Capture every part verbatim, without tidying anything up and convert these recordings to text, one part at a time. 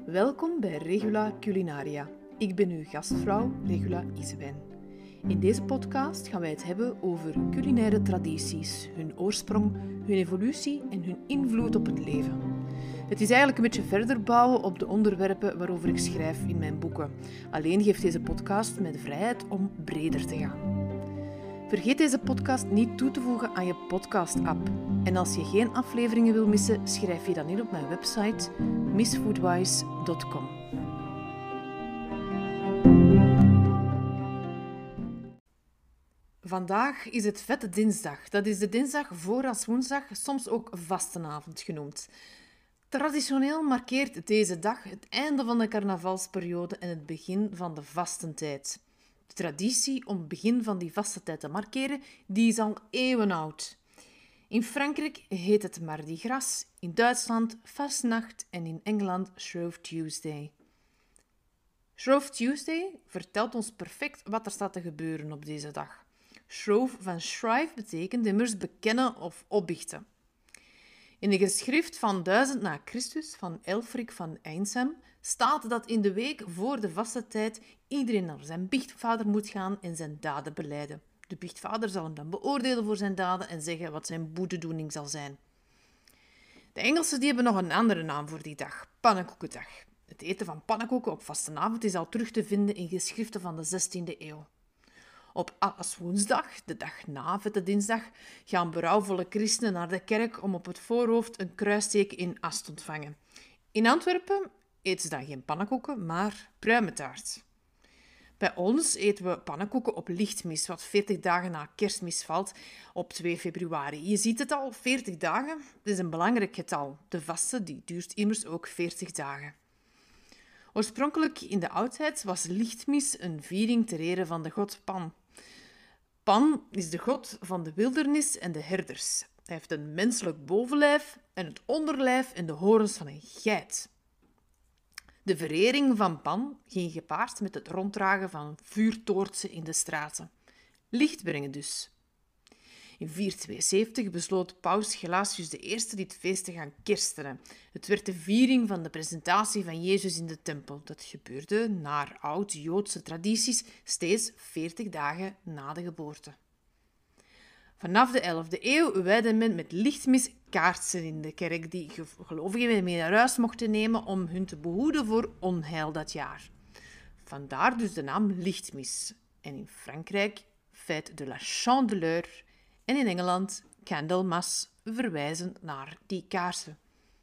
Welkom bij Regula Culinaria. Ik ben uw gastvrouw Regula Isewijn. In deze podcast gaan wij het hebben over culinaire tradities, hun oorsprong, hun evolutie en hun invloed op het leven. Het is eigenlijk een beetje verder bouwen op de onderwerpen waarover ik schrijf in mijn boeken. Alleen geeft deze podcast mij de vrijheid om breder te gaan. Vergeet deze podcast niet toe te voegen aan je podcast-app. En als je geen afleveringen wil missen, schrijf je dan in op mijn website miss foodwise dot com. Vandaag is het Vette Dinsdag. Dat is de dinsdag voor Aswoensdag, soms ook vastenavond genoemd. Traditioneel markeert deze dag het einde van de carnavalsperiode en het begin van de vastentijd. De traditie om het begin van die vastentijd te markeren, die is al eeuwenoud. In Frankrijk heet het Mardi Gras, in Duitsland Fastnacht en in Engeland Shrove Tuesday. Shrove Tuesday vertelt ons perfect wat er staat te gebeuren op deze dag. Shrove van shrive betekent immers bekennen of opbiechten. In een geschrift van duizend na Christus van Elfric van Eynshem staat dat in de week voor de vastentijd iedereen naar zijn biechtvader moet gaan en zijn daden belijden. De biechtvader zal hem dan beoordelen voor zijn daden en zeggen wat zijn boetedoening zal zijn. De Engelsen die hebben nog een andere naam voor die dag, pannenkoekendag. Het eten van pannenkoeken op vastenavond is al terug te vinden in geschriften van de zestiende eeuw. Op Aswoensdag, de dag na Vette Dinsdag, gaan berouwvolle christenen naar de kerk om op het voorhoofd een kruisteken in as te ontvangen. In Antwerpen eten ze dan geen pannenkoeken, maar pruimentaart. Bij ons eten we pannenkoeken op lichtmis, wat veertig dagen na kerstmis valt, op twee februari. Je ziet het al, veertig dagen, dat is een belangrijk getal. De vaste die duurt immers ook veertig dagen. Oorspronkelijk in de oudheid was lichtmis een viering ter ere van de god Pan. Pan is de god van de wildernis en de herders. Hij heeft een menselijk bovenlijf en het onderlijf en de horens van een geit. De verering van Pan ging gepaard met het ronddragen van vuurtoortsen in de straten. Licht brengen dus. In vierhonderdtweeënzeventig besloot paus Gelasius de Eerste dit feest te gaan kerstenen. Het werd de viering van de presentatie van Jezus in de tempel. Dat gebeurde, naar oud-Joodse tradities, steeds veertig dagen na de geboorte. Vanaf de elfde eeuw wijdde men met lichtmis kaarsen in de kerk die gelovigen mee naar huis mochten nemen om hun te behoeden voor onheil dat jaar. Vandaar dus de naam lichtmis. En in Frankrijk Fête de la Chandeleur en in Engeland Candlemas verwijzen naar die kaarsen.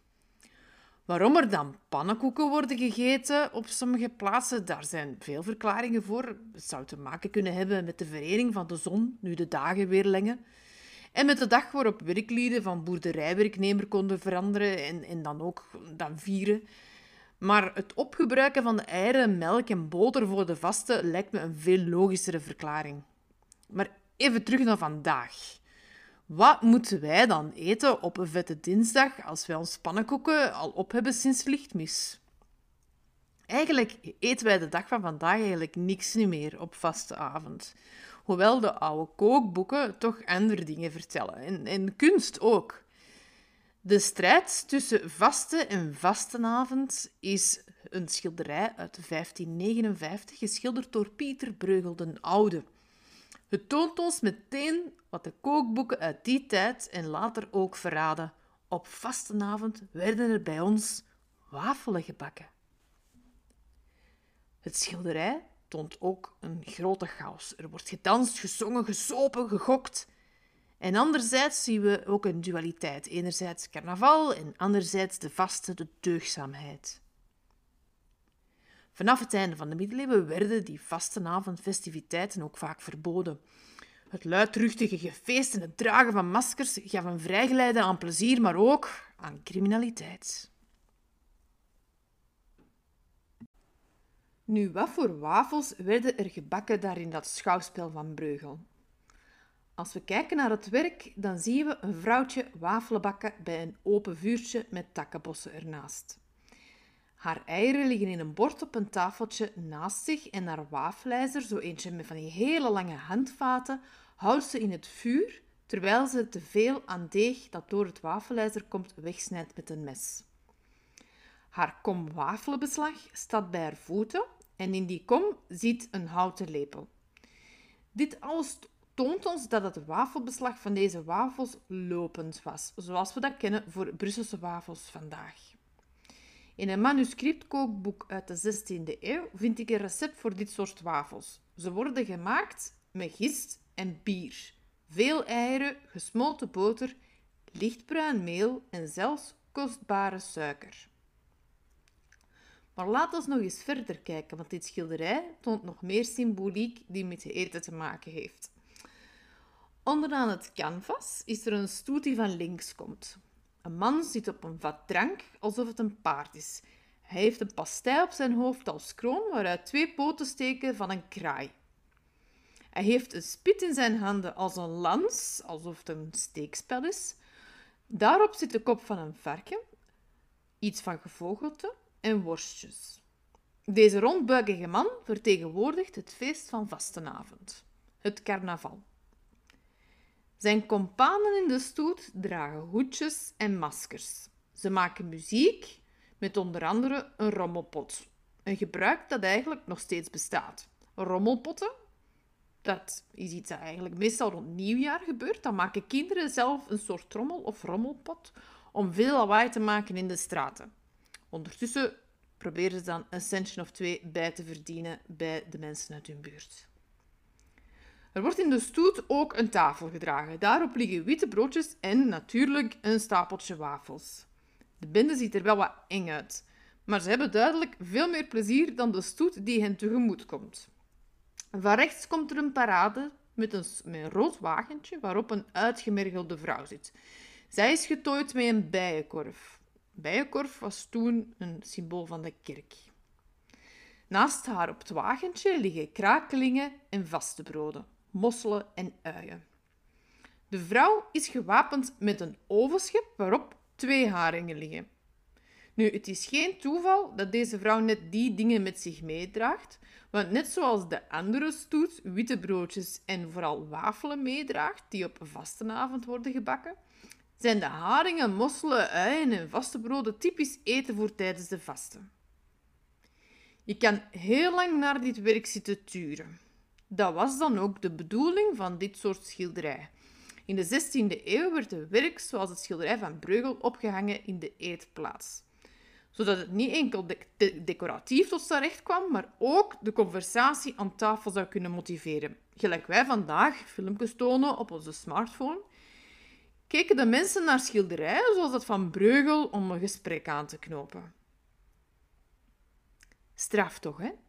Waarom er dan pannenkoeken worden gegeten op sommige plaatsen, daar zijn veel verklaringen voor. Het zou te maken kunnen hebben met de verering van de zon, nu de dagen weer lengen. En met de dag waarop werklieden van boerderijwerknemer konden veranderen en, en dan ook dan vieren. Maar het opgebruiken van de eieren, melk en boter voor de vasten lijkt me een veel logischere verklaring. Maar even terug naar vandaag. Wat moeten wij dan eten op een Vette Dinsdag als wij ons pannenkoeken al op hebben sinds lichtmis? Eigenlijk eten wij de dag van vandaag eigenlijk niks meer op vastenavond. Hoewel de oude kookboeken toch andere dingen vertellen. En, en kunst ook. De strijd tussen vaste en vastenavond is een schilderij uit vijftien negenenvijftig, geschilderd door Pieter Bruegel den Oude. Het toont ons meteen wat de kookboeken uit die tijd en later ook verraden. Op vastenavond werden er bij ons wafelen gebakken. Het schilderij toont ook een grote chaos. Er wordt gedanst, gezongen, gesopen, gegokt. En anderzijds zien we ook een dualiteit. Enerzijds carnaval en anderzijds de vaste, de deugdzaamheid. Vanaf het einde van de middeleeuwen werden die vastenavondfestiviteiten ook vaak verboden. Het luidruchtige gefeest en het dragen van maskers gaf een vrijgeleide aan plezier, maar ook aan criminaliteit. Nu, wat voor wafels werden er gebakken daar in dat schouwspel van Bruegel? Als we kijken naar het werk, dan zien we een vrouwtje wafelen bakken bij een open vuurtje met takkenbossen ernaast. Haar eieren liggen in een bord op een tafeltje naast zich en haar wafelijzer, zo eentje met van die hele lange handvaten, houdt ze in het vuur, terwijl ze te veel aan deeg dat door het wafelijzer komt wegsnijdt met een mes. Haar kom wafelbeslag staat bij haar voeten en in die kom zit een houten lepel. Dit alles toont ons dat het wafelbeslag van deze wafels lopend was, zoals we dat kennen voor Brusselse wafels vandaag. In een manuscriptkookboek uit de zestiende eeuw vind ik een recept voor dit soort wafels. Ze worden gemaakt met gist en bier, veel eieren, gesmolten boter, lichtbruin meel en zelfs kostbare suiker. Maar laten we nog eens verder kijken, want dit schilderij toont nog meer symboliek die met eten te maken heeft. Onderaan het canvas is er een stoet die van links komt. Een man zit op een vat drank, alsof het een paard is. Hij heeft een pastei op zijn hoofd als kroon, waaruit twee poten steken van een kraai. Hij heeft een spit in zijn handen als een lans, alsof het een steekspel is. Daarop zit de kop van een varken, iets van gevogelte en worstjes. Deze rondbuikige man vertegenwoordigt het feest van vastenavond, het carnaval. Zijn kompanen in de stoet dragen hoedjes en maskers. Ze maken muziek met onder andere een rommelpot. Een gebruik dat eigenlijk nog steeds bestaat. Rommelpotten, dat is iets dat eigenlijk meestal rond nieuwjaar gebeurt. Dan maken kinderen zelf een soort trommel of rommelpot om veel lawaai te maken in de straten. Ondertussen proberen ze dan een centje of twee bij te verdienen bij de mensen uit hun buurt. Er wordt in de stoet ook een tafel gedragen. Daarop liggen witte broodjes en natuurlijk een stapeltje wafels. De bende ziet er wel wat eng uit, maar ze hebben duidelijk veel meer plezier dan de stoet die hen tegemoet komt. Van rechts komt er een parade met een, met een rood wagentje waarop een uitgemergelde vrouw zit. Zij is getooid met een bijenkorf. Bijenkorf was toen een symbool van de kerk. Naast haar op het wagentje liggen krakelingen en vaste broden, mosselen en uien. De vrouw is gewapend met een ovenschep waarop twee haringen liggen. Nu, het is geen toeval dat deze vrouw net die dingen met zich meedraagt, want net zoals de andere stoet witte broodjes en vooral wafelen meedraagt, die op vastenavond worden gebakken, zijn de haringen, mosselen, uien en vaste broden typisch eten voor tijdens de vasten. Je kan heel lang naar dit werk zitten turen. Dat was dan ook de bedoeling van dit soort schilderij. In de zestiende eeuw werd het werk, zoals het schilderij van Bruegel, opgehangen in de eetplaats. Zodat het niet enkel de- de- decoratief tot zijn recht kwam, maar ook de conversatie aan tafel zou kunnen motiveren. Gelijk wij vandaag filmpjes tonen op onze smartphone, keken de mensen naar schilderijen zoals dat van Bruegel om een gesprek aan te knopen. Straf toch, hè?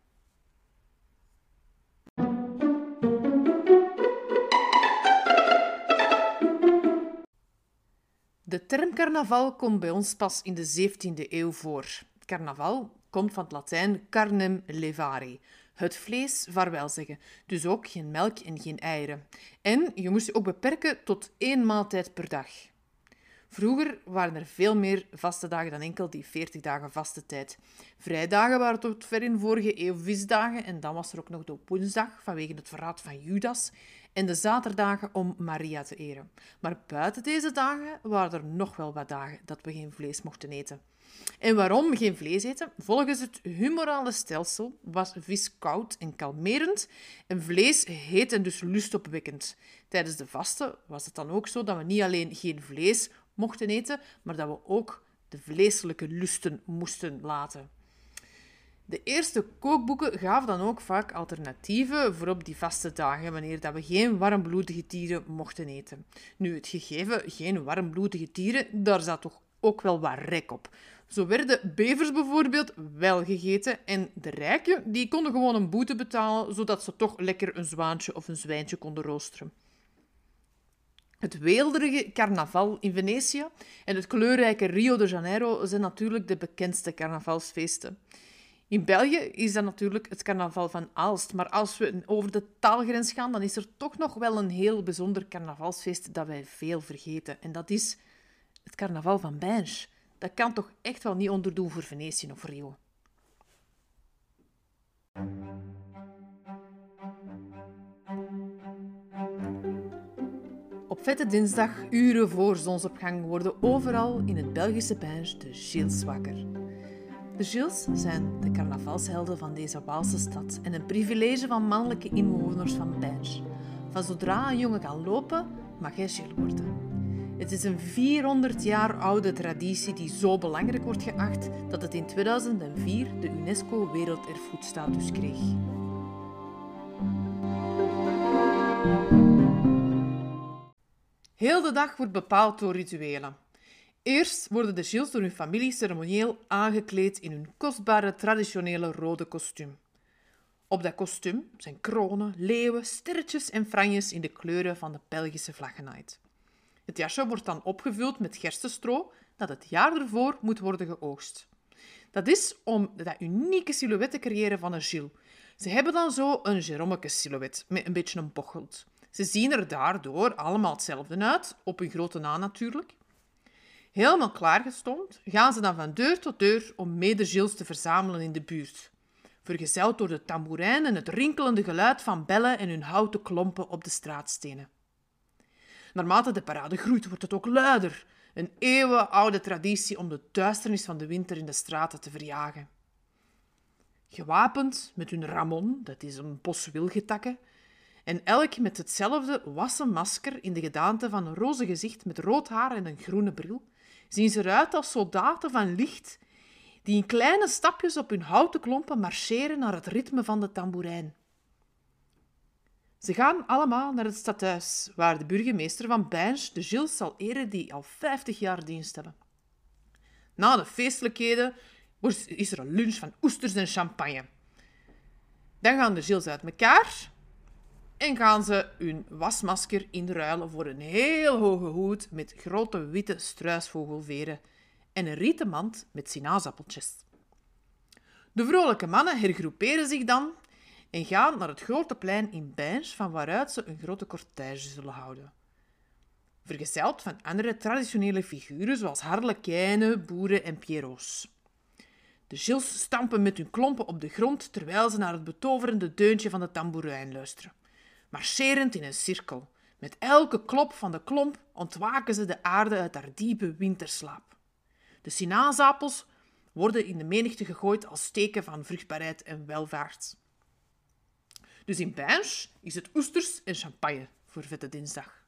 De term carnaval komt bij ons pas in de zeventiende eeuw voor. Carnaval komt van het Latijn carnem levare, het vlees vaarwel zeggen, dus ook geen melk en geen eieren. En je moest je ook beperken tot één maaltijd per dag. Vroeger waren er veel meer vaste dagen dan enkel die veertig dagen vaste tijd. Vrijdagen waren tot ver in vorige eeuw visdagen en dan was er ook nog de woensdag vanwege het verraad van Judas en de zaterdagen om Maria te eren. Maar buiten deze dagen waren er nog wel wat dagen dat we geen vlees mochten eten. En waarom geen vlees eten? Volgens het humorale stelsel was vis koud en kalmerend en vlees heet en dus lustopwekkend. Tijdens de vasten was het dan ook zo dat we niet alleen geen vlees mochten eten, maar dat we ook de vleeselijke lusten moesten laten. De eerste kookboeken gaven dan ook vaak alternatieven voor op die vaste dagen, wanneer dat we geen warmbloedige dieren mochten eten. Nu, het gegeven geen warmbloedige dieren, daar zat toch ook wel wat rek op. Zo werden bevers bijvoorbeeld wel gegeten en de rijken die konden gewoon een boete betalen, zodat ze toch lekker een zwaantje of een zwijntje konden roosteren. Het weelderige carnaval in Venetië en het kleurrijke Rio de Janeiro zijn natuurlijk de bekendste carnavalsfeesten. In België is dat natuurlijk het carnaval van Aalst, maar als we over de taalgrens gaan, dan is er toch nog wel een heel bijzonder carnavalsfeest dat wij veel vergeten. En dat is het carnaval van Binge. Dat kan toch echt wel niet onderdoen voor Venetië of Rio. Op Vette Dinsdag, uren voor zonsopgang, worden overal in het Belgische Binge de Gilles wakker. De Gilles zijn de carnavalshelden van deze Waalse stad en een privilege van mannelijke inwoners van Binge. Van zodra een jongen kan lopen, mag hij Gilles worden. Het is een vierhonderd jaar oude traditie die zo belangrijk wordt geacht dat het in tweeduizend vier de UNESCO Werelderfgoedstatus kreeg. Heel de dag wordt bepaald door rituelen. Eerst worden de Gilles door hun familie ceremonieel aangekleed in hun kostbare traditionele rode kostuum. Op dat kostuum zijn kronen, leeuwen, sterretjes en franjes in de kleuren van de Belgische vlag genaaid. Het jasje wordt dan opgevuld met gerstestro dat het jaar ervoor moet worden geoogst. Dat is om dat unieke silhouet te creëren van een Gilles. Ze hebben dan zo een Jeromeke-silhouet met een beetje een bochelt. Ze zien er daardoor allemaal hetzelfde uit, op hun grote na natuurlijk. Helemaal klaargestoomd gaan ze dan van deur tot deur om mede-Gilles te verzamelen in de buurt. Vergezeld door de tamboerijn en het rinkelende geluid van bellen en hun houten klompen op de straatstenen. Naarmate de parade groeit, wordt het ook luider. Een eeuwenoude traditie om de duisternis van de winter in de straten te verjagen. Gewapend met hun ramon, dat is een bos wilgetakken, en elk met hetzelfde wassen masker in de gedaante van een roze gezicht met rood haar en een groene bril, zien ze eruit als soldaten van licht die in kleine stapjes op hun houten klompen marcheren naar het ritme van de tamboerijn. Ze gaan allemaal naar het stadhuis, waar de burgemeester van Binge de Gilles zal eren die al vijftig jaar dienst hebben. Na de feestelijkheden is er een lunch van oesters en champagne. Dan gaan de Gilles uit elkaar en gaan ze hun wasmasker inruilen voor een heel hoge hoed met grote witte struisvogelveren en een rieten mand met sinaasappeltjes. De vrolijke mannen hergroeperen zich dan en gaan naar het grote plein in Binge, van waaruit ze een grote cortège zullen houden. Vergezeld van andere traditionele figuren zoals harlekijnen, boeren en pierrots. De Gilles stampen met hun klompen op de grond terwijl ze naar het betoverende deuntje van de tamboerijn luisteren. Marcherend in een cirkel. Met elke klop van de klomp ontwaken ze de aarde uit haar diepe winterslaap. De sinaasappels worden in de menigte gegooid als teken van vruchtbaarheid en welvaart. Dus in Binge is het oesters en champagne voor Vette Dinsdag.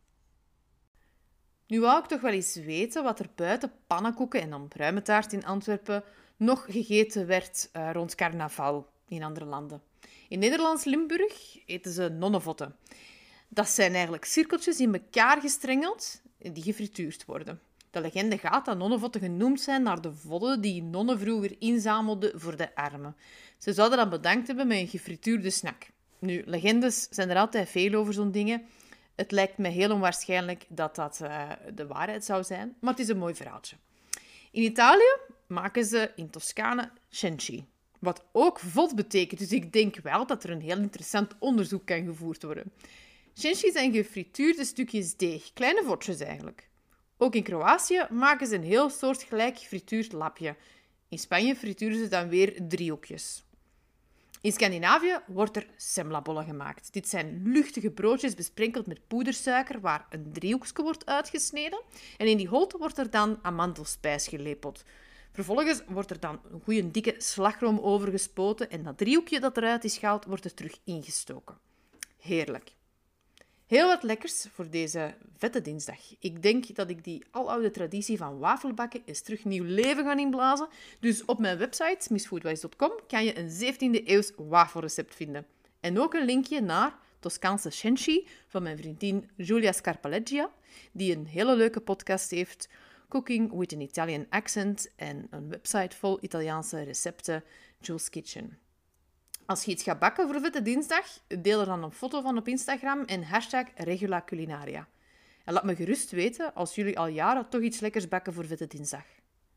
Nu wou ik toch wel eens weten wat er buiten pannenkoeken en dan pruimentaart in Antwerpen nog gegeten werd uh, rond carnaval in andere landen. In Nederlands-Limburg eten ze nonnevotten. Dat zijn eigenlijk cirkeltjes in elkaar gestrengeld die gefrituurd worden. De legende gaat dat nonnevotten genoemd zijn naar de vodden die nonnen vroeger inzamelden voor de armen. Ze zouden dat bedankt hebben met een gefrituurde snack. Nu, legendes zijn er altijd veel over zo'n dingen. Het lijkt me heel onwaarschijnlijk dat dat uh, de waarheid zou zijn, maar het is een mooi verhaaltje. In Italië maken ze in Toscane cenci, wat ook vod betekent. Dus ik denk wel dat er een heel interessant onderzoek kan gevoerd worden. Cenci zijn gefrituurde stukjes deeg, kleine vodjes eigenlijk. Ook in Kroatië maken ze een heel soortgelijk gefrituurd lapje. In Spanje frituren ze dan weer driehoekjes. In Scandinavië wordt er semlabollen gemaakt. Dit zijn luchtige broodjes besprenkeld met poedersuiker waar een driehoekje wordt uitgesneden. En in die holte wordt er dan amandelspijs gelepeld. Vervolgens wordt er dan een goede dikke slagroom over gespoten en dat driehoekje dat eruit is gehaald wordt er terug ingestoken. Heerlijk. Heel wat lekkers voor deze Vette Dinsdag. Ik denk dat ik die aloude traditie van wafelbakken eens terug nieuw leven ga inblazen. Dus op mijn website, miss foodwise dot com, kan je een zeventiende eeuws wafelrecept vinden. En ook een linkje naar Toscaanse cenci van mijn vriendin Giulia Scarpaleggia, die een hele leuke podcast heeft, Cooking with an Italian Accent, en een website vol Italiaanse recepten, Jules Kitchen. Als je iets gaat bakken voor Vette Dinsdag, deel er dan een foto van op Instagram en hashtag Regula Culinaria. En laat me gerust weten als jullie al jaren toch iets lekkers bakken voor Vette Dinsdag.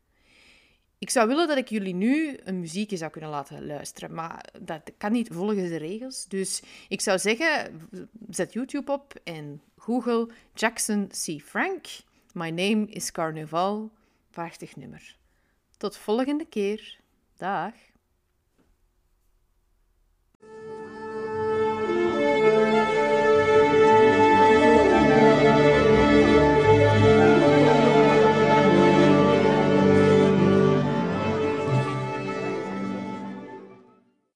Ik zou willen dat ik jullie nu een muziekje zou kunnen laten luisteren, maar dat kan niet volgens de regels. Dus ik zou zeggen, zet YouTube op en Google Jackson C. Frank. My name is Carnival. Prachtig nummer. Tot volgende keer. Dag.